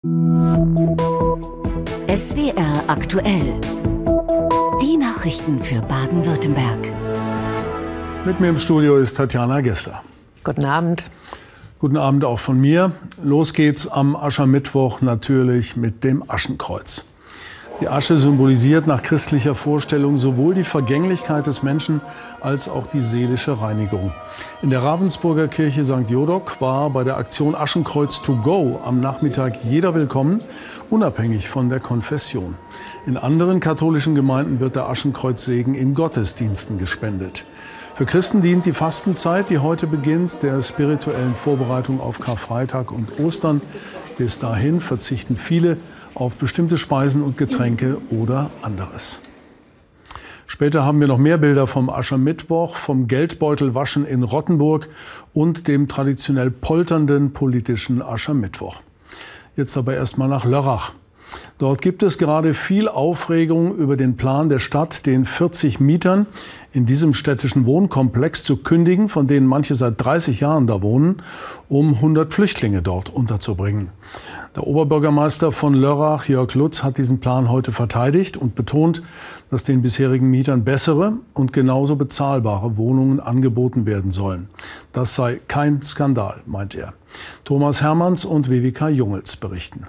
SWR aktuell. Die Nachrichten für Baden-Württemberg. Mit mir im Studio ist Tatjana Gessler. Guten Abend. Guten Abend auch von mir. Los geht's am Aschermittwoch natürlich mit dem Aschenkreuz. Die Asche symbolisiert nach christlicher Vorstellung sowohl die Vergänglichkeit des Menschen als auch die seelische Reinigung. In der Ravensburger Kirche St. Jodok war bei der Aktion Aschenkreuz to go am Nachmittag jeder willkommen, unabhängig von der Konfession. In anderen katholischen Gemeinden wird der Aschenkreuzsegen in Gottesdiensten gespendet. Für Christen dient die Fastenzeit, die heute beginnt, der spirituellen Vorbereitung auf Karfreitag und Ostern. Bis dahin verzichten viele auf bestimmte Speisen und Getränke oder anderes. Später haben wir noch mehr Bilder vom Aschermittwoch, vom Geldbeutelwaschen in Rottenburg und dem traditionell polternden politischen Aschermittwoch. Jetzt aber erstmal nach Lörrach. Dort gibt es gerade viel Aufregung über den Plan der Stadt, den 40 Mietern in diesem städtischen Wohnkomplex zu kündigen, von denen manche seit 30 Jahren da wohnen, um 100 Flüchtlinge dort unterzubringen. Der Oberbürgermeister von Lörrach, Jörg Lutz, hat diesen Plan heute verteidigt und betont, dass den bisherigen Mietern bessere und genauso bezahlbare Wohnungen angeboten werden sollen. Das sei kein Skandal, meint er. Thomas Hermanns und Vivika Jungels berichten.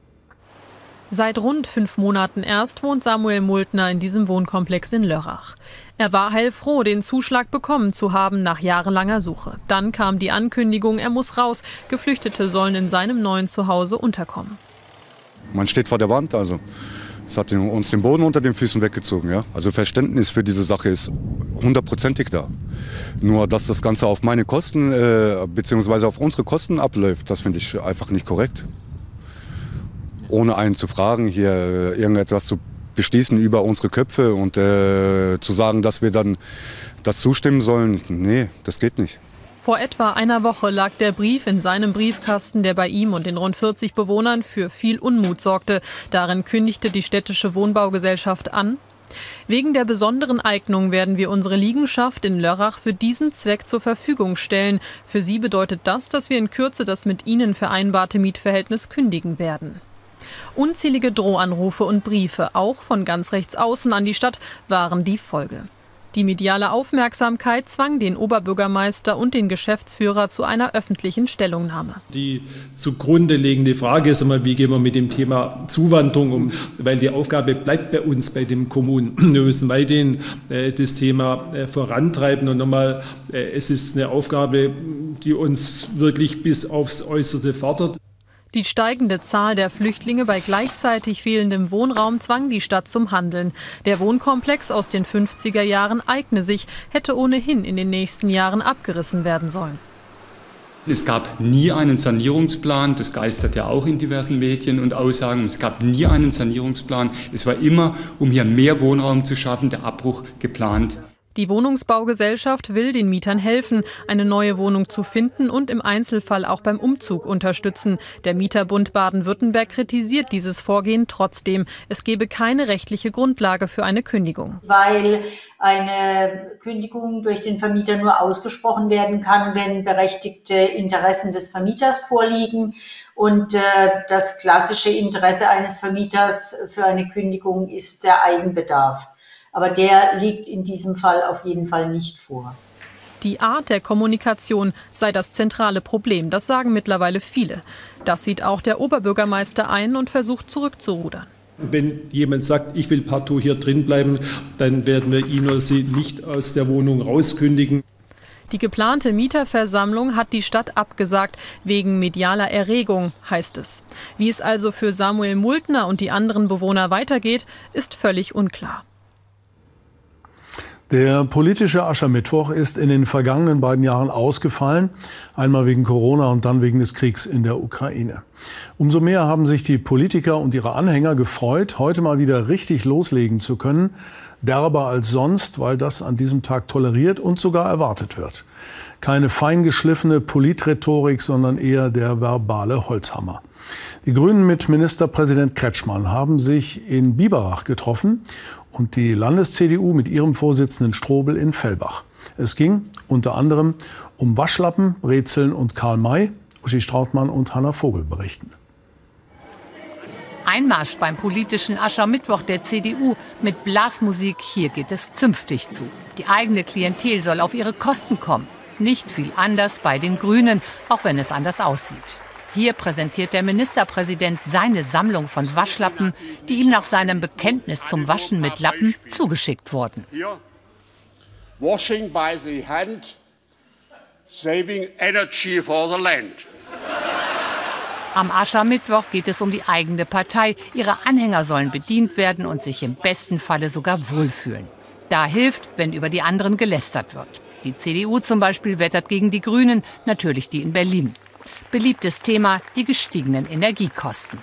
Seit rund 5 Monaten erst wohnt Samuel Multner in diesem Wohnkomplex in Lörrach. Er war heilfroh, den Zuschlag bekommen zu haben nach jahrelanger Suche. Dann kam die Ankündigung, er muss raus. Geflüchtete sollen in seinem neuen Zuhause unterkommen. Man steht vor der Wand, also es hat uns den Boden unter den Füßen weggezogen. Ja? Also Verständnis für diese Sache ist 100%ig da. Nur, dass das Ganze auf meine Kosten bzw. auf unsere Kosten abläuft, das finde ich einfach nicht korrekt. Ohne einen zu fragen, hier irgendetwas zu beschließen über unsere Köpfe und zu sagen, dass wir dann das zustimmen sollen, nee, das geht nicht. Vor etwa einer Woche lag der Brief in seinem Briefkasten, der bei ihm und den rund 40 Bewohnern für viel Unmut sorgte. Darin kündigte die städtische Wohnbaugesellschaft an: Wegen der besonderen Eignung werden wir unsere Liegenschaft in Lörrach für diesen Zweck zur Verfügung stellen. Für Sie bedeutet das, dass wir in Kürze das mit Ihnen vereinbarte Mietverhältnis kündigen werden. Unzählige Drohanrufe und Briefe, auch von ganz rechts außen an die Stadt, waren die Folge. Die mediale Aufmerksamkeit zwang den Oberbürgermeister und den Geschäftsführer zu einer öffentlichen Stellungnahme. Die zugrunde liegende Frage ist immer, wie gehen wir mit dem Thema Zuwanderung um, weil die Aufgabe bleibt bei uns, bei den Kommunen. Wir müssen weiterhin das Thema vorantreiben und nochmal, es ist eine Aufgabe, die uns wirklich bis aufs Äußerste fordert. Die steigende Zahl der Flüchtlinge bei gleichzeitig fehlendem Wohnraum zwang die Stadt zum Handeln. Der Wohnkomplex aus den 50er Jahren eigne sich, hätte ohnehin in den nächsten Jahren abgerissen werden sollen. Es gab nie einen Sanierungsplan, das geistert ja auch in diversen Medien und Aussagen. Es gab nie einen Sanierungsplan. Es war immer, um hier mehr Wohnraum zu schaffen, der Abbruch geplant. Die Wohnungsbaugesellschaft will den Mietern helfen, eine neue Wohnung zu finden und im Einzelfall auch beim Umzug unterstützen. Der Mieterbund Baden-Württemberg kritisiert dieses Vorgehen trotzdem. Es gebe keine rechtliche Grundlage für eine Kündigung. Weil eine Kündigung durch den Vermieter nur ausgesprochen werden kann, wenn berechtigte Interessen des Vermieters vorliegen. Und das klassische Interesse eines Vermieters für eine Kündigung ist der Eigenbedarf. Aber der liegt in diesem Fall auf jeden Fall nicht vor. Die Art der Kommunikation sei das zentrale Problem, das sagen mittlerweile viele. Das sieht auch der Oberbürgermeister ein und versucht zurückzurudern. Wenn jemand sagt, ich will partout hier drin bleiben, dann werden wir ihn oder sie nicht aus der Wohnung rauskündigen. Die geplante Mieterversammlung hat die Stadt abgesagt, wegen medialer Erregung, heißt es. Wie es also für Samuel Multner und die anderen Bewohner weitergeht, ist völlig unklar. Der politische Aschermittwoch ist in den vergangenen beiden Jahren ausgefallen, einmal wegen Corona und dann wegen des Kriegs in der Ukraine. Umso mehr haben sich die Politiker und ihre Anhänger gefreut, heute mal wieder richtig loslegen zu können, derber als sonst, weil das an diesem Tag toleriert und sogar erwartet wird. Keine feingeschliffene Politrhetorik, sondern eher der verbale Holzhammer. Die Grünen mit Ministerpräsident Kretschmann haben sich in Biberach getroffen und die Landes-CDU mit ihrem Vorsitzenden Strobel in Fellbach. Es ging unter anderem um Waschlappen, Brezeln und Karl May. Uschi Strautmann und Hanna Vogel berichten. Einmarsch beim politischen Aschermittwoch der CDU mit Blasmusik. Hier geht es zünftig zu. Die eigene Klientel soll auf ihre Kosten kommen. Nicht viel anders bei den Grünen, auch wenn es anders aussieht. Hier präsentiert der Ministerpräsident seine Sammlung von Waschlappen, die ihm nach seinem Bekenntnis zum Waschen mit Lappen zugeschickt wurden. Washing by the hand, saving energy for the land. Am Aschermittwoch geht es um die eigene Partei. Ihre Anhänger sollen bedient werden und sich im besten Falle sogar wohlfühlen. Da hilft, wenn über die anderen gelästert wird. Die CDU zum Beispiel wettert gegen die Grünen, natürlich die in Berlin. Beliebtes Thema, die gestiegenen Energiekosten.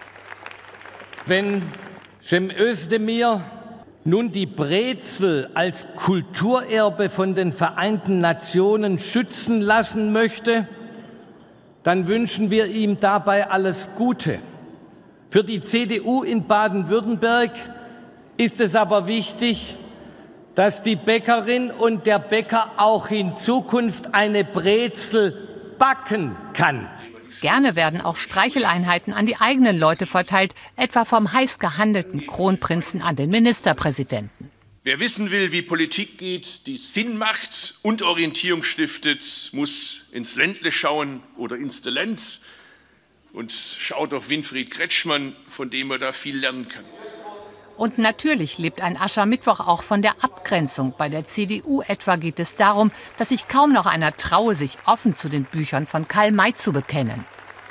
Wenn Cem Özdemir nun die Brezel als Kulturerbe von den Vereinten Nationen schützen lassen möchte, dann wünschen wir ihm dabei alles Gute. Für die CDU in Baden-Württemberg ist es aber wichtig, dass die Bäckerin und der Bäcker auch in Zukunft eine Brezel backen kann. Gerne werden auch Streicheleinheiten an die eigenen Leute verteilt, etwa vom heiß gehandelten Kronprinzen an den Ministerpräsidenten. Wer wissen will, wie Politik geht, die Sinn macht und Orientierung stiftet, muss ins Ländle schauen oder ins Talent und schaut auf Winfried Kretschmann, von dem er da viel lernen kann. Und natürlich lebt ein Aschermittwoch auch von der Abgrenzung. Bei der CDU etwa geht es darum, dass sich kaum noch einer traue, sich offen zu den Büchern von Karl May zu bekennen.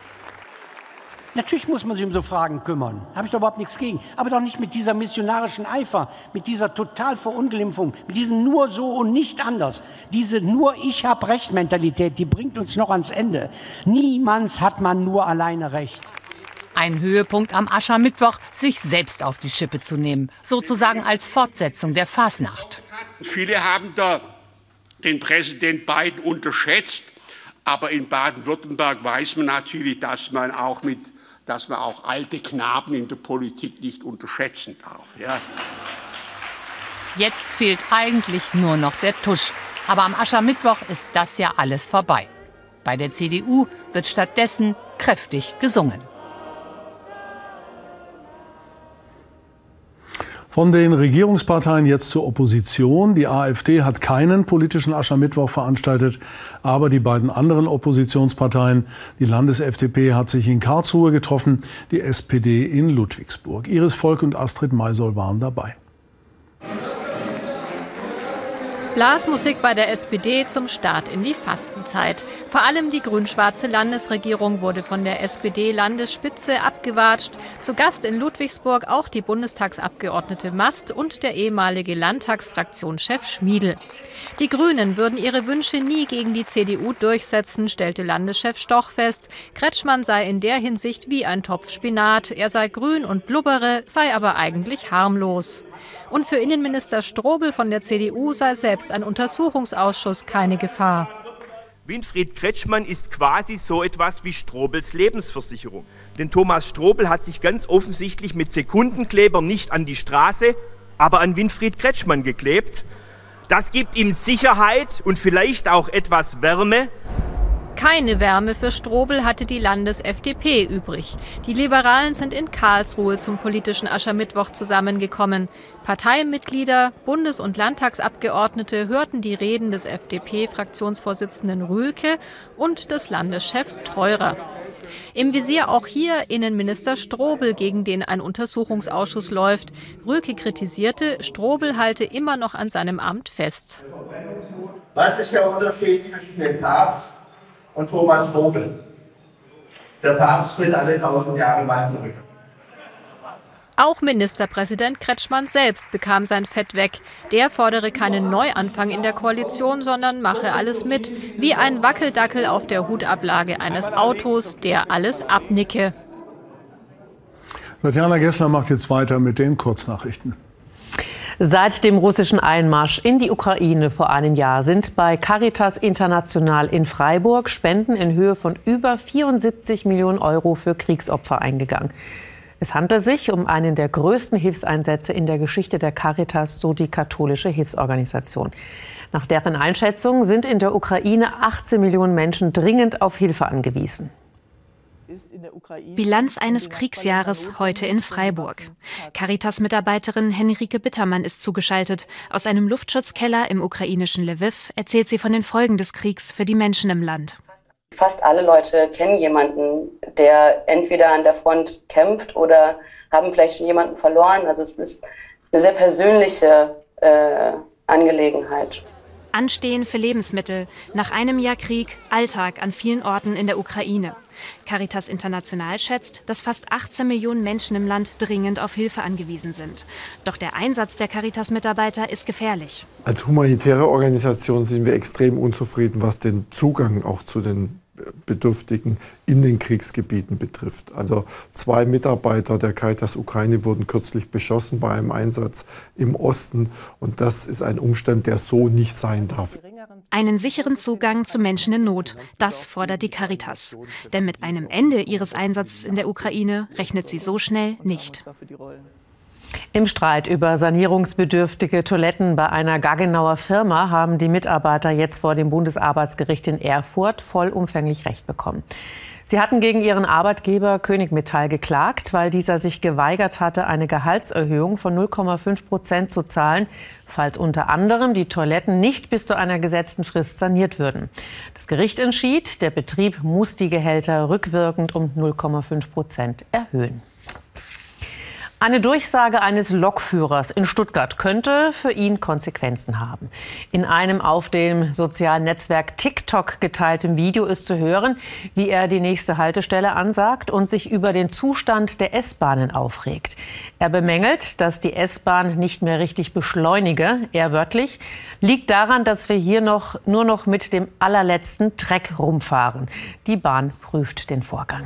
Natürlich muss man sich um so Fragen kümmern. Habe ich da überhaupt nichts gegen. Aber doch nicht mit dieser missionarischen Eifer, mit dieser Totalverunglimpfung, mit diesem nur so und nicht anders. Diese nur ich hab Recht Mentalität, die bringt uns noch ans Ende. Niemals hat man nur alleine Recht. Ein Höhepunkt am Aschermittwoch, sich selbst auf die Schippe zu nehmen. Sozusagen als Fortsetzung der Fasnacht. Viele haben da den Präsident Biden unterschätzt. Aber in Baden-Württemberg weiß man natürlich, dass man auch alte Knaben in der Politik nicht unterschätzen darf. Ja. Jetzt fehlt eigentlich nur noch der Tusch. Aber am Aschermittwoch ist das ja alles vorbei. Bei der CDU wird stattdessen kräftig gesungen. Von den Regierungsparteien jetzt zur Opposition. Die AfD hat keinen politischen Aschermittwoch veranstaltet, aber die beiden anderen Oppositionsparteien, die Landes-FDP hat sich in Karlsruhe getroffen, die SPD in Ludwigsburg. Iris Volk und Astrid Maisoll waren dabei. Blasmusik bei der SPD zum Start in die Fastenzeit. Vor allem die grün-schwarze Landesregierung wurde von der SPD-Landesspitze abgewatscht. Zu Gast in Ludwigsburg auch die Bundestagsabgeordnete Mast und der ehemalige Landtagsfraktionschef Schmiedl. Die Grünen würden ihre Wünsche nie gegen die CDU durchsetzen, stellte Landeschef Stoch fest. Kretschmann sei in der Hinsicht wie ein Topf Spinat. Er sei grün und blubbere, sei aber eigentlich harmlos. Und für Innenminister Strobel von der CDU sei selbst ein Untersuchungsausschuss keine Gefahr. Winfried Kretschmann ist quasi so etwas wie Strobels Lebensversicherung. Denn Thomas Strobel hat sich ganz offensichtlich mit Sekundenkleber nicht an die Straße, aber an Winfried Kretschmann geklebt. Das gibt ihm Sicherheit und vielleicht auch etwas Wärme. Keine Wärme für Strobel hatte die Landes-FDP übrig. Die Liberalen sind in Karlsruhe zum politischen Aschermittwoch zusammengekommen. Parteimitglieder, Bundes- und Landtagsabgeordnete hörten die Reden des FDP-Fraktionsvorsitzenden Rühlke und des Landeschefs Theurer. Im Visier auch hier Innenminister Strobel, gegen den ein Untersuchungsausschuss läuft. Rühlke kritisierte, Strobel halte immer noch an seinem Amt fest. Was ist der Unterschied zwischen dem Papst und Thomas Strobel? Der Papst tritt alle 1000 Jahre mal zurück. Auch Ministerpräsident Kretschmann selbst bekam sein Fett weg. Der fordere keinen Neuanfang in der Koalition, sondern mache alles mit. Wie ein Wackeldackel auf der Hutablage eines Autos, der alles abnicke. Tatjana Gessler macht jetzt weiter mit den Kurznachrichten. Seit dem russischen Einmarsch in die Ukraine vor einem Jahr sind bei Caritas International in Freiburg Spenden in Höhe von über 74 Millionen Euro für Kriegsopfer eingegangen. Es handelt sich um einen der größten Hilfseinsätze in der Geschichte der Caritas, so die katholische Hilfsorganisation. Nach deren Einschätzung sind in der Ukraine 18 Millionen Menschen dringend auf Hilfe angewiesen. Bilanz eines Kriegsjahres heute in Freiburg. Caritas-Mitarbeiterin Henrike Bittermann ist zugeschaltet. Aus einem Luftschutzkeller im ukrainischen Lwiw erzählt sie von den Folgen des Kriegs für die Menschen im Land. Fast alle Leute kennen jemanden, der entweder an der Front kämpft oder haben vielleicht schon jemanden verloren. Also es ist eine sehr persönliche Angelegenheit. Anstehen für Lebensmittel. Nach einem Jahr Krieg, Alltag an vielen Orten in der Ukraine. Caritas International schätzt, dass fast 18 Millionen Menschen im Land dringend auf Hilfe angewiesen sind. Doch der Einsatz der Caritas-Mitarbeiter ist gefährlich. Als humanitäre Organisation sind wir extrem unzufrieden, was den Zugang auch zu den Bedürftigen in den Kriegsgebieten betrifft. Also 2 Mitarbeiter der Caritas Ukraine wurden kürzlich beschossen bei einem Einsatz im Osten. Und das ist ein Umstand, der so nicht sein darf. Einen sicheren Zugang zu Menschen in Not, das fordert die Caritas. Denn mit einem Ende ihres Einsatzes in der Ukraine rechnet sie so schnell nicht. Im Streit über sanierungsbedürftige Toiletten bei einer Gaggenauer Firma haben die Mitarbeiter jetzt vor dem Bundesarbeitsgericht in Erfurt vollumfänglich Recht bekommen. Sie hatten gegen ihren Arbeitgeber König Metall geklagt, weil dieser sich geweigert hatte, eine Gehaltserhöhung von 0,5% zu zahlen, falls unter anderem die Toiletten nicht bis zu einer gesetzten Frist saniert würden. Das Gericht entschied, der Betrieb muss die Gehälter rückwirkend um 0,5% erhöhen. Eine Durchsage eines Lokführers in Stuttgart könnte für ihn Konsequenzen haben. In einem auf dem sozialen Netzwerk TikTok geteilten Video ist zu hören, wie er die nächste Haltestelle ansagt und sich über den Zustand der S-Bahnen aufregt. Er bemängelt, dass die S-Bahn nicht mehr richtig beschleunige. Er wörtlich: liegt daran, dass wir hier nur noch mit dem allerletzten Dreck rumfahren. Die Bahn prüft den Vorgang.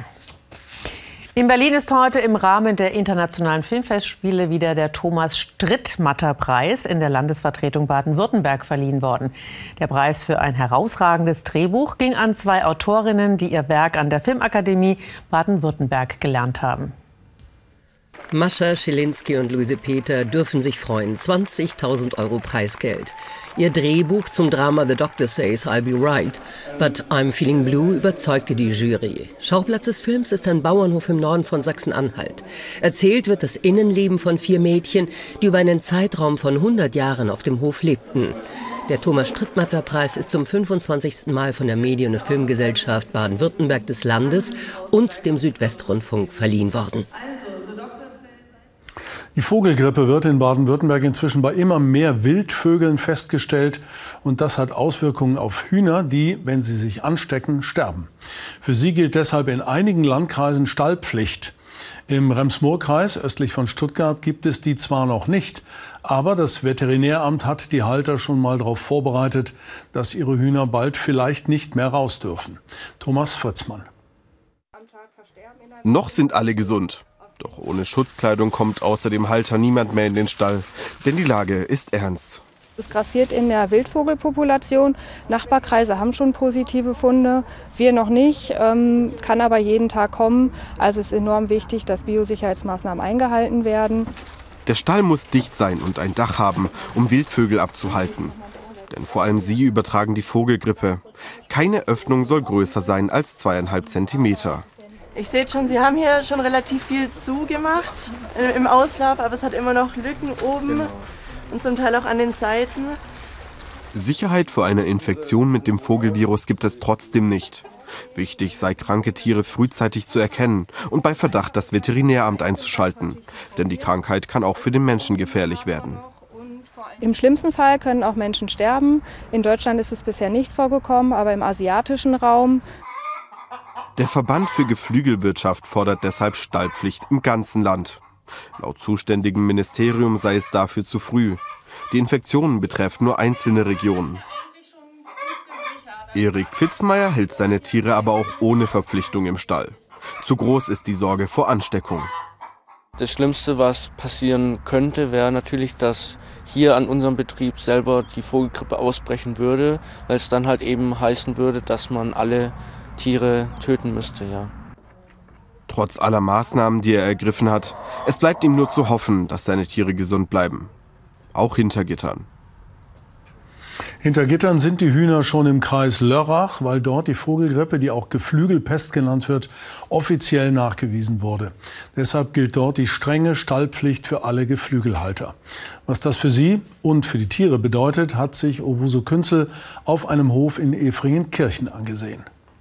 In Berlin ist heute im Rahmen der Internationalen Filmfestspiele wieder der Thomas-Strittmatter-Preis in der Landesvertretung Baden-Württemberg verliehen worden. Der Preis für ein herausragendes Drehbuch ging an 2 Autorinnen, die ihr Werk an der Filmakademie Baden-Württemberg gelernt haben. Mascha Schilinski und Luise Peter dürfen sich freuen. 20.000 € Preisgeld. Ihr Drehbuch zum Drama The Doctor Says I'll Be Right, but I'm Feeling Blue überzeugte die Jury. Schauplatz des Films ist ein Bauernhof im Norden von Sachsen-Anhalt. Erzählt wird das Innenleben von 4 Mädchen, die über einen Zeitraum von 100 Jahren auf dem Hof lebten. Der Thomas-Strittmatter-Preis ist zum 25. Mal von der Medien- und Filmgesellschaft Baden-Württemberg des Landes und dem Südwestrundfunk verliehen worden. Die Vogelgrippe wird in Baden-Württemberg inzwischen bei immer mehr Wildvögeln festgestellt. Und das hat Auswirkungen auf Hühner, die, wenn sie sich anstecken, sterben. Für sie gilt deshalb in einigen Landkreisen Stallpflicht. Im Rems-Murr-Kreis östlich von Stuttgart gibt es die zwar noch nicht, aber das Veterinäramt hat die Halter schon mal darauf vorbereitet, dass ihre Hühner bald vielleicht nicht mehr raus dürfen. Thomas Fritzmann. Noch sind alle gesund. Doch ohne Schutzkleidung kommt außer dem Halter niemand mehr in den Stall, denn die Lage ist ernst. Es grassiert in der Wildvogelpopulation. Nachbarkreise haben schon positive Funde, wir noch nicht, kann aber jeden Tag kommen. Also es ist enorm wichtig, dass Biosicherheitsmaßnahmen eingehalten werden. Der Stall muss dicht sein und ein Dach haben, um Wildvögel abzuhalten. Denn vor allem sie übertragen die Vogelgrippe. Keine Öffnung soll größer sein als 2,5 Zentimeter. Ich sehe schon, Sie haben hier schon relativ viel zugemacht im Auslauf, aber es hat immer noch Lücken oben und zum Teil auch an den Seiten. Sicherheit vor einer Infektion mit dem Vogelvirus gibt es trotzdem nicht. Wichtig sei, kranke Tiere frühzeitig zu erkennen und bei Verdacht das Veterinäramt einzuschalten. Denn die Krankheit kann auch für den Menschen gefährlich werden. Im schlimmsten Fall können auch Menschen sterben. In Deutschland ist es bisher nicht vorgekommen, aber im asiatischen Raum. Der Verband für Geflügelwirtschaft fordert deshalb Stallpflicht im ganzen Land. Laut zuständigem Ministerium sei es dafür zu früh. Die Infektionen betreffen nur einzelne Regionen. Erik Pfitzmeier hält seine Tiere aber auch ohne Verpflichtung im Stall. Zu groß ist die Sorge vor Ansteckung. Das Schlimmste, was passieren könnte, wäre natürlich, dass hier an unserem Betrieb selber die Vogelgrippe ausbrechen würde, weil es dann halt eben heißen würde, dass man alle Tiere töten müsste, ja. Trotz aller Maßnahmen, die er ergriffen hat, es bleibt ihm nur zu hoffen, dass seine Tiere gesund bleiben. Auch hinter Gittern. Hinter Gittern sind die Hühner schon im Kreis Lörrach, weil dort die Vogelgrippe, die auch Geflügelpest genannt wird, offiziell nachgewiesen wurde. Deshalb gilt dort die strenge Stallpflicht für alle Geflügelhalter. Was das für sie und für die Tiere bedeutet, hat sich Owusu Künzel auf einem Hof in Efringenkirchen angesehen.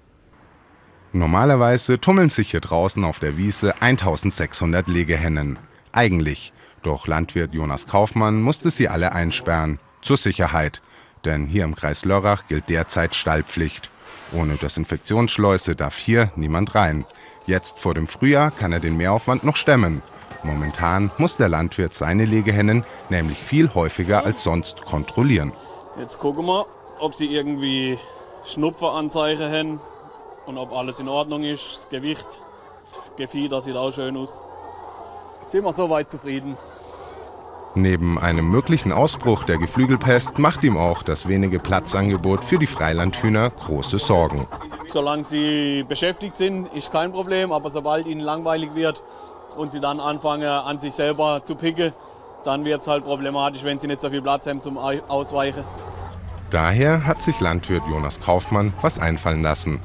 Normalerweise tummeln sich hier draußen auf der Wiese 1600 Legehennen. Eigentlich. Doch Landwirt Jonas Kaufmann musste sie alle einsperren. Zur Sicherheit. Denn hier im Kreis Lörrach gilt derzeit Stallpflicht. Ohne Desinfektionsschleuse darf hier niemand rein. Jetzt vor dem Frühjahr kann er den Mehraufwand noch stemmen. Momentan muss der Landwirt seine Legehennen nämlich viel häufiger als sonst kontrollieren. Jetzt gucken wir, ob sie irgendwie Schnupferanzeichen haben und ob alles in Ordnung ist. Das Gewicht, das Gefieder sieht auch schön aus. Sind wir soweit zufrieden. Neben einem möglichen Ausbruch der Geflügelpest macht ihm auch das wenige Platzangebot für die Freilandhühner große Sorgen. Solange sie beschäftigt sind, ist kein Problem, aber sobald ihnen langweilig wird und sie dann anfangen an sich selber zu picken, dann wird es halt problematisch, wenn sie nicht so viel Platz haben zum Ausweichen. Daher hat sich Landwirt Jonas Kaufmann was einfallen lassen.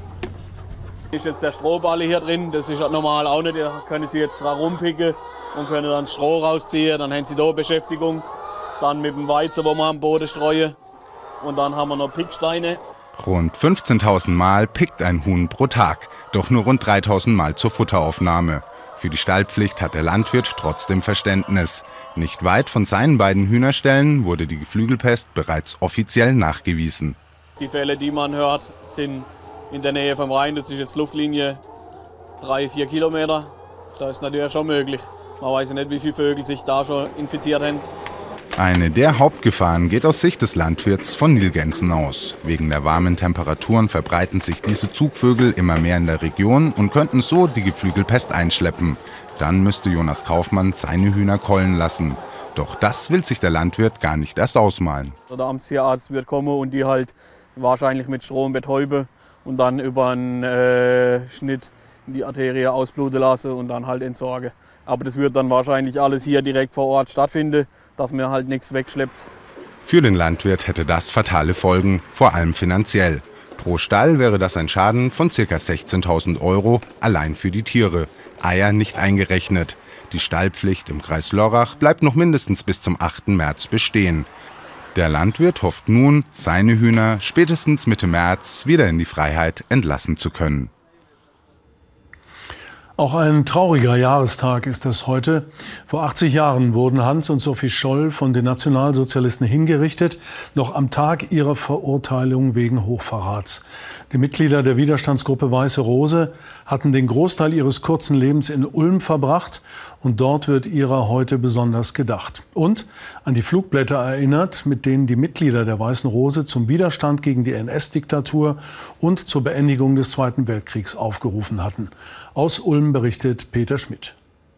Ist jetzt der Strohball hier drin, das ist normal auch nicht, da können sie jetzt dran rumpicken und können dann Stroh rausziehen, dann haben sie da Beschäftigung, dann mit dem Weizen, wo wir am Boden streuen und dann haben wir noch Picksteine. Rund 15.000 Mal pickt ein Huhn pro Tag, doch nur rund 3.000 Mal zur Futteraufnahme. Für die Stallpflicht hat der Landwirt trotzdem Verständnis. Nicht weit von seinen beiden Hühnerställen wurde die Geflügelpest bereits offiziell nachgewiesen. Die Fälle, die man hört, sind in der Nähe vom Rhein, das ist jetzt Luftlinie 3-4 Kilometer. Da ist natürlich schon möglich. Man weiß ja nicht, wie viele Vögel sich da schon infiziert haben. Eine der Hauptgefahren geht aus Sicht des Landwirts von Nilgänsen aus. Wegen der warmen Temperaturen verbreiten sich diese Zugvögel immer mehr in der Region und könnten so die Geflügelpest einschleppen. Dann müsste Jonas Kaufmann seine Hühner keulen lassen. Doch das will sich der Landwirt gar nicht erst ausmalen. Der Amtstierarzt wird kommen und die halt wahrscheinlich mit Strom betäuben und dann über einen Schnitt in die Arterie ausbluten lassen und dann halt entsorgen. Aber das wird dann wahrscheinlich alles hier direkt vor Ort stattfinden, dass mir halt nichts wegschleppt. Für den Landwirt hätte das fatale Folgen, vor allem finanziell. Pro Stall wäre das ein Schaden von ca. 16.000 € allein für die Tiere. Eier nicht eingerechnet. Die Stallpflicht im Kreis Lörrach bleibt noch mindestens bis zum 8. März bestehen. Der Landwirt hofft nun, seine Hühner spätestens Mitte März wieder in die Freiheit entlassen zu können. Auch ein trauriger Jahrestag ist es heute. Vor 80 Jahren wurden Hans und Sophie Scholl von den Nationalsozialisten hingerichtet, noch am Tag ihrer Verurteilung wegen Hochverrats. Die Mitglieder der Widerstandsgruppe Weiße Rose hatten den Großteil ihres kurzen Lebens in Ulm verbracht und dort wird ihrer heute besonders gedacht. Und an die Flugblätter erinnert, mit denen die Mitglieder der Weißen Rose zum Widerstand gegen die NS-Diktatur und zur Beendigung des Zweiten Weltkriegs aufgerufen hatten. Aus Ulm berichtet Peter Schmidt.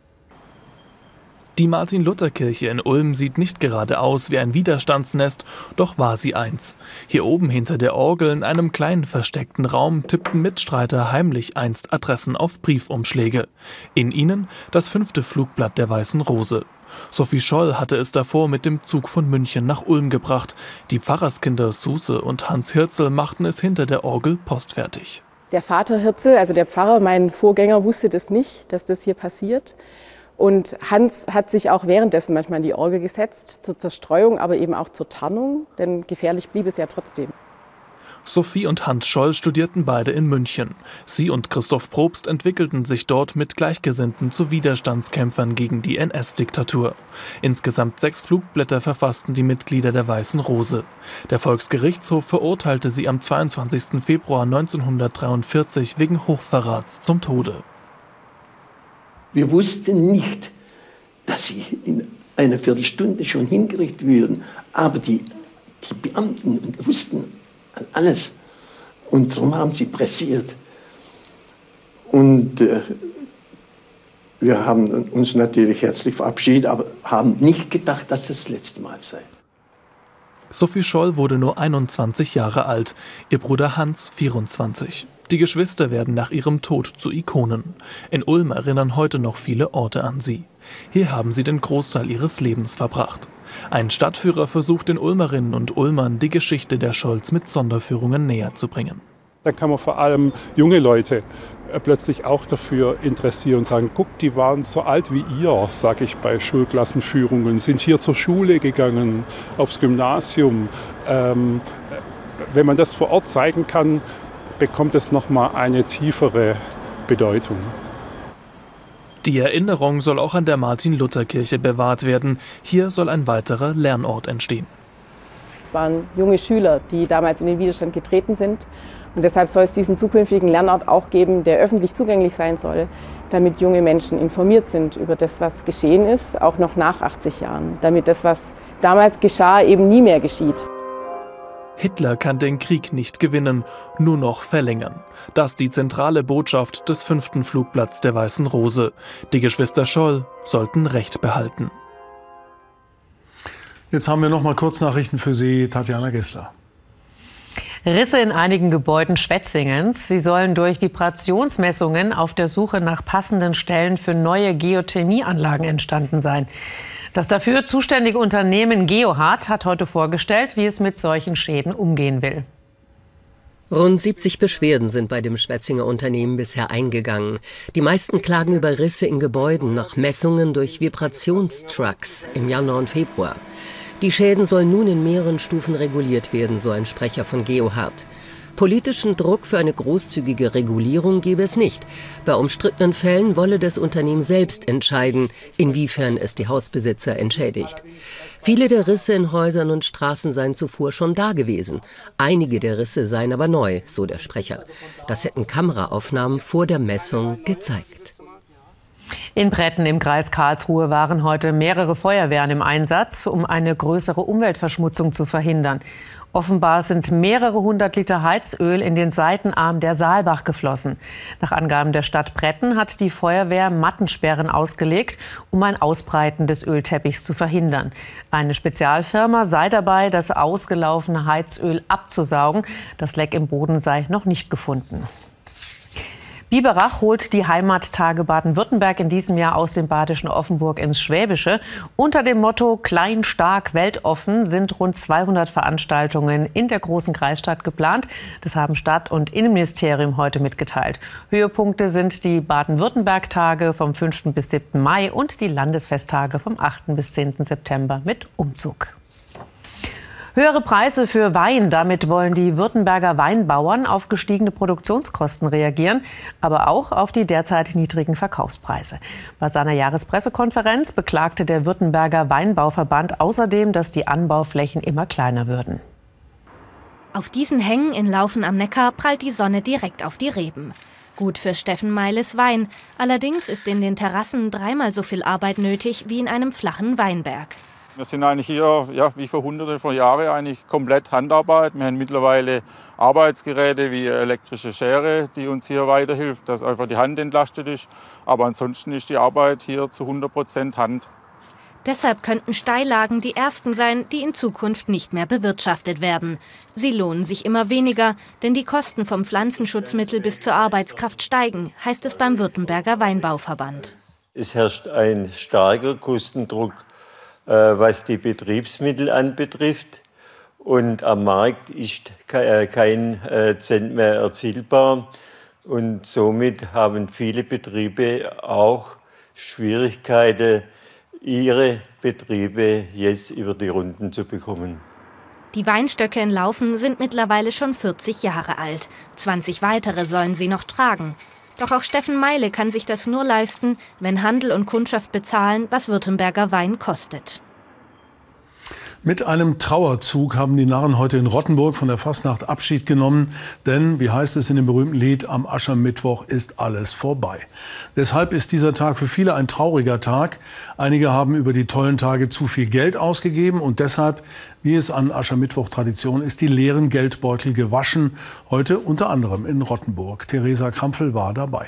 Die Martin-Luther-Kirche in Ulm sieht nicht gerade aus wie ein Widerstandsnest, doch war sie eins. Hier oben hinter der Orgel in einem kleinen versteckten Raum tippten Mitstreiter heimlich einst Adressen auf Briefumschläge. In ihnen das 5. Flugblatt der Weißen Rose. Sophie Scholl hatte es davor mit dem Zug von München nach Ulm gebracht. Die Pfarrerskinder Suse und Hans Hirzel machten es hinter der Orgel postfertig. Der Vater Hirzel, also der Pfarrer, mein Vorgänger, wusste das nicht, dass das hier passiert. Und Hans hat sich auch währenddessen manchmal in die Orgel gesetzt, zur Zerstreuung, aber eben auch zur Tarnung, denn gefährlich blieb es ja trotzdem. Sophie und Hans Scholl studierten beide in München. Sie und Christoph Probst entwickelten sich dort mit Gleichgesinnten zu Widerstandskämpfern gegen die NS-Diktatur. Insgesamt 6 Flugblätter verfassten die Mitglieder der Weißen Rose. Der Volksgerichtshof verurteilte sie am 22. Februar 1943 wegen Hochverrats zum Tode. Wir wussten nicht, dass sie in einer Viertelstunde schon hingerichtet würden, aber die Beamten wussten alles und darum haben sie pressiert. Und wir haben uns natürlich herzlich verabschiedet, aber haben nicht gedacht, dass das letzte Mal sei. Sophie Scholl wurde nur 21 Jahre alt, ihr Bruder Hans 24. Die Geschwister werden nach ihrem Tod zu Ikonen. In Ulm erinnern heute noch viele Orte an sie. Hier haben sie den Großteil ihres Lebens verbracht. Ein Stadtführer versucht den Ulmerinnen und Ulmern die Geschichte der Scholz mit Sonderführungen näher zu bringen. Da kann man vor allem junge Leute plötzlich auch dafür interessieren und sagen, guck, die waren so alt wie ihr, sage ich bei Schulklassenführungen, sind hier zur Schule gegangen, aufs Gymnasium. Wenn man das vor Ort zeigen kann, bekommt es nochmal eine tiefere Bedeutung. Die Erinnerung soll auch an der Martin-Luther-Kirche bewahrt werden. Hier soll ein weiterer Lernort entstehen. Es waren junge Schüler, die damals in den Widerstand getreten sind. Und deshalb soll es diesen zukünftigen Lernort auch geben, der öffentlich zugänglich sein soll, damit junge Menschen informiert sind über das, was geschehen ist, auch noch nach 80 Jahren. Damit das, was damals geschah, eben nie mehr geschieht. Hitler kann den Krieg nicht gewinnen, nur noch verlängern. Das die zentrale Botschaft des 5. Flugblatts der Weißen Rose. Die Geschwister Scholl sollten Recht behalten. Jetzt haben wir noch mal Kurznachrichten für Sie, Tatjana Gessler. Risse in einigen Gebäuden Schwetzingens. Sie sollen durch Vibrationsmessungen auf der Suche nach passenden Stellen für neue Geothermieanlagen entstanden sein. Das dafür zuständige Unternehmen Geohard hat heute vorgestellt, wie es mit solchen Schäden umgehen will. Rund 70 Beschwerden sind bei dem Schwetzinger Unternehmen bisher eingegangen. Die meisten klagen über Risse in Gebäuden nach Messungen durch Vibrationstrucks im Januar und Februar. Die Schäden sollen nun in mehreren Stufen reguliert werden, so ein Sprecher von Geohard. Politischen Druck für eine großzügige Regulierung gebe es nicht. Bei umstrittenen Fällen wolle das Unternehmen selbst entscheiden, inwiefern es die Hausbesitzer entschädigt. Viele der Risse in Häusern und Straßen seien zuvor schon da gewesen. Einige der Risse seien aber neu, so der Sprecher. Das hätten Kameraaufnahmen vor der Messung gezeigt. In Bretten im Kreis Karlsruhe waren heute mehrere Feuerwehren im Einsatz, um eine größere Umweltverschmutzung zu verhindern. Offenbar sind mehrere 100 Liter Heizöl in den Seitenarm der Saalbach geflossen. Nach Angaben der Stadt Bretten hat die Feuerwehr Mattensperren ausgelegt, um ein Ausbreiten des Ölteppichs zu verhindern. Eine Spezialfirma sei dabei, das ausgelaufene Heizöl abzusaugen. Das Leck im Boden sei noch nicht gefunden. Biberach holt die Heimattage Baden-Württemberg in diesem Jahr aus dem badischen Offenburg ins Schwäbische. Unter dem Motto Klein, stark, weltoffen sind rund 200 Veranstaltungen in der großen Kreisstadt geplant. Das haben Stadt- und Innenministerium heute mitgeteilt. Höhepunkte sind die Baden-Württemberg-Tage vom 5. bis 7. Mai und die Landesfesttage vom 8. bis 10. September mit Umzug. Höhere Preise für Wein. Damit wollen die Württemberger Weinbauern auf gestiegene Produktionskosten reagieren, aber auch auf die derzeit niedrigen Verkaufspreise. Bei seiner Jahrespressekonferenz beklagte der Württemberger Weinbauverband außerdem, dass die Anbauflächen immer kleiner würden. Auf diesen Hängen in Laufen am Neckar prallt die Sonne direkt auf die Reben. Gut für Steffen Meiles Wein. Allerdings ist in den Terrassen dreimal so viel Arbeit nötig wie in einem flachen Weinberg. Wir sind eigentlich hier, wie vor Hunderte von Jahren, eigentlich komplett Handarbeit. Wir haben mittlerweile Arbeitsgeräte wie elektrische Schere, die uns hier weiterhilft, dass einfach die Hand entlastet ist. Aber ansonsten ist die Arbeit hier zu 100% Hand. Deshalb könnten Steillagen die ersten sein, die in Zukunft nicht mehr bewirtschaftet werden. Sie lohnen sich immer weniger, denn die Kosten vom Pflanzenschutzmittel bis zur Arbeitskraft steigen, heißt es beim Württemberger Weinbauverband. Es herrscht ein starker Kostendruck, was die Betriebsmittel anbetrifft. Und am Markt ist kein Cent mehr erzielbar. Und somit haben viele Betriebe auch Schwierigkeiten, ihre Betriebe jetzt über die Runden zu bekommen. Die Weinstöcke in Laufen sind mittlerweile schon 40 Jahre alt. 20 weitere sollen sie noch tragen. Doch auch Steffen Meile kann sich das nur leisten, wenn Handel und Kundschaft bezahlen, was Württemberger Wein kostet. Mit einem Trauerzug haben die Narren heute in Rottenburg von der Fastnacht Abschied genommen. Denn, wie heißt es in dem berühmten Lied, am Aschermittwoch ist alles vorbei. Deshalb ist dieser Tag für viele ein trauriger Tag. Einige haben über die tollen Tage zu viel Geld ausgegeben und deshalb, wie es an Aschermittwoch Tradition ist, die leeren Geldbeutel gewaschen. Heute unter anderem in Rottenburg. Theresa Krampfel war dabei.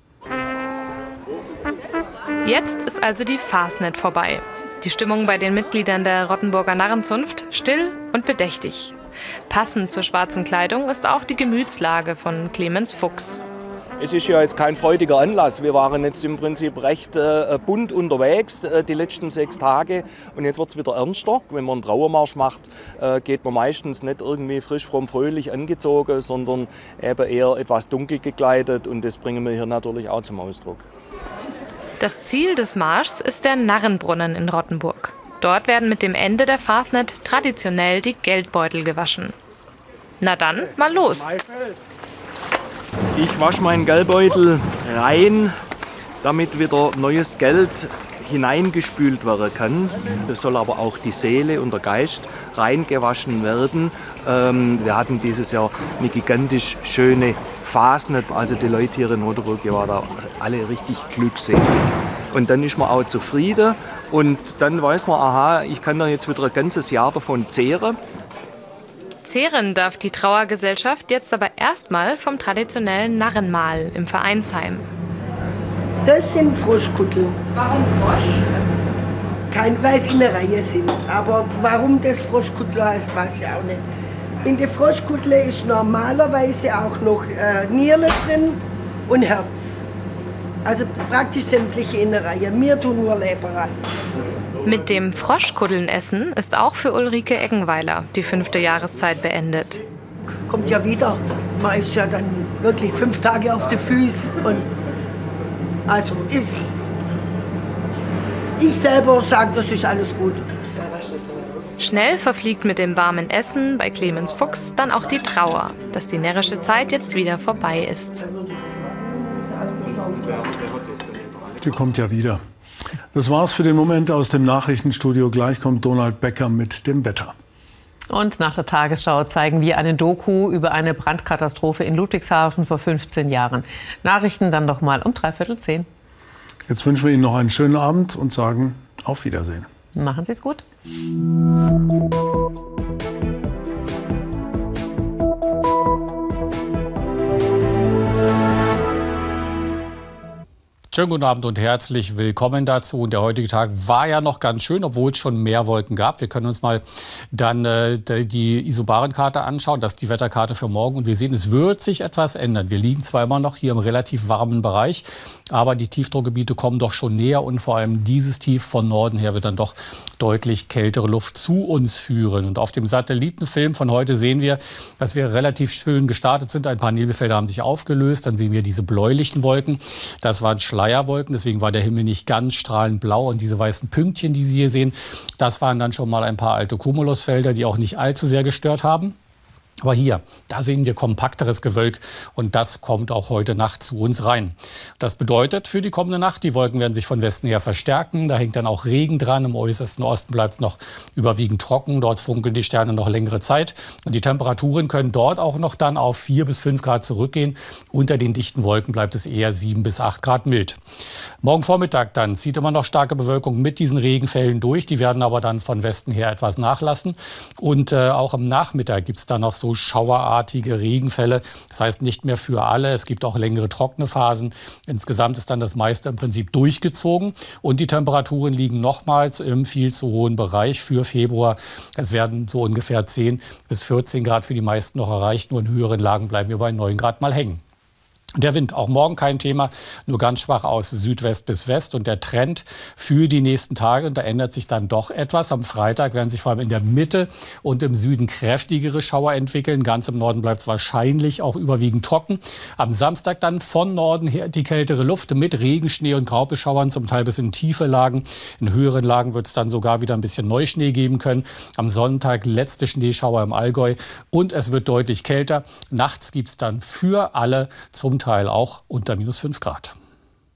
Jetzt ist also die Fasnet vorbei. Die Stimmung bei den Mitgliedern der Rottenburger Narrenzunft still und bedächtig. Passend zur schwarzen Kleidung ist auch die Gemütslage von Clemens Fuchs. Es ist ja jetzt kein freudiger Anlass. Wir waren jetzt im Prinzip recht bunt unterwegs die letzten 6 Tage und jetzt wird es wieder ernster. Wenn man einen Trauermarsch macht, geht man meistens nicht irgendwie frisch, fromm, fröhlich angezogen, sondern eben eher etwas dunkel gekleidet und das bringen wir hier natürlich auch zum Ausdruck. Das Ziel des Marschs ist der Narrenbrunnen in Rottenburg. Dort werden mit dem Ende der Fasnet traditionell die Geldbeutel gewaschen. Na dann, mal los! Ich wasche meinen Geldbeutel rein, damit wieder neues Geld hineingespült werden kann. Es soll aber auch die Seele und der Geist reingewaschen werden. Wir hatten dieses Jahr eine gigantisch schöne Fasnet. Also die Leute hier in Rottenburg, die waren da alle richtig glückselig. Und dann ist man auch zufrieden und dann weiß man, aha, ich kann da jetzt wieder ein ganzes Jahr davon zehren. Zehren darf die Trauergesellschaft jetzt aber erstmal vom traditionellen Narrenmahl im Vereinsheim. Das sind Froschkutteln. Warum Frosch? Weil es in der Reihe sind. Aber warum das Froschkuttler heißt, weiß ich auch nicht. In der Froschkuttle ist normalerweise auch noch Niere drin und Herz. Also praktisch sämtliche Innereien. Wir tun nur Leber rein. Mit dem Froschkuddeln-Essen ist auch für Ulrike Eggenweiler die 5. Jahreszeit beendet. Kommt ja wieder. Man ist ja dann wirklich 5 Tage auf den Füßen. Und also ich selber sage, das ist alles gut. Schnell verfliegt mit dem warmen Essen bei Clemens Fuchs dann auch die Trauer, dass die närrische Zeit jetzt wieder vorbei ist. Die kommt ja wieder. Das war's für den Moment aus dem Nachrichtenstudio. Gleich kommt Donald Becker mit dem Wetter. Und nach der Tagesschau zeigen wir eine Doku über eine Brandkatastrophe in Ludwigshafen vor 15 Jahren. Nachrichten dann noch mal um 9:45. Jetzt wünschen wir Ihnen noch einen schönen Abend und sagen auf Wiedersehen. Machen Sie es gut. Schönen guten Abend und herzlich willkommen dazu. Und der heutige Tag war ja noch ganz schön, obwohl es schon mehr Wolken gab. Wir können uns mal dann die Isobarenkarte anschauen. Das ist die Wetterkarte für morgen. Und wir sehen, es wird sich etwas ändern. Wir liegen zwar immer noch hier im relativ warmen Bereich, aber die Tiefdruckgebiete kommen doch schon näher. Und vor allem dieses Tief von Norden her wird dann doch deutlich kältere Luft zu uns führen. Und auf dem Satellitenfilm von heute sehen wir, dass wir relativ schön gestartet sind. Ein paar Nebelfelder haben sich aufgelöst. Dann sehen wir diese bläulichen Wolken. Das waren Schleierwolken, deswegen war der Himmel nicht ganz strahlend blau. Und diese weißen Pünktchen, die Sie hier sehen, das waren dann schon mal ein paar alte Cumulusfelder, die auch nicht allzu sehr gestört haben. Aber hier, da sehen wir kompakteres Gewölk und das kommt auch heute Nacht zu uns rein. Das bedeutet für die kommende Nacht, die Wolken werden sich von Westen her verstärken. Da hängt dann auch Regen dran. Im äußersten Osten bleibt es noch überwiegend trocken. Dort funkeln die Sterne noch längere Zeit. Und die Temperaturen können dort auch noch dann auf 4 bis 5 Grad zurückgehen. Unter den dichten Wolken bleibt es eher 7 bis 8 Grad mild. Morgen Vormittag dann zieht immer noch starke Bewölkung mit diesen Regenfällen durch. Die werden aber dann von Westen her etwas nachlassen. Und auch am Nachmittag gibt es dann noch so schauerartige Regenfälle. Das heißt nicht mehr für alle. Es gibt auch längere trockene Phasen. Insgesamt ist dann das meiste im Prinzip durchgezogen. Und die Temperaturen liegen nochmals im viel zu hohen Bereich für Februar. Es werden so ungefähr 10 bis 14 Grad für die meisten noch erreicht. Nur in höheren Lagen bleiben wir bei 9 Grad mal hängen. Der Wind, auch morgen kein Thema, nur ganz schwach aus Südwest bis West. Und der Trend für die nächsten Tage, und da ändert sich dann doch etwas. Am Freitag werden sich vor allem in der Mitte und im Süden kräftigere Schauer entwickeln. Ganz im Norden bleibt es wahrscheinlich auch überwiegend trocken. Am Samstag dann von Norden her die kältere Luft mit Regen, Schnee und Graupelschauern, zum Teil bis in tiefe Lagen. In höheren Lagen wird es dann sogar wieder ein bisschen Neuschnee geben können. Am Sonntag letzte Schneeschauer im Allgäu und es wird deutlich kälter. Nachts gibt es dann für alle zum Teil auch unter -5 Grad.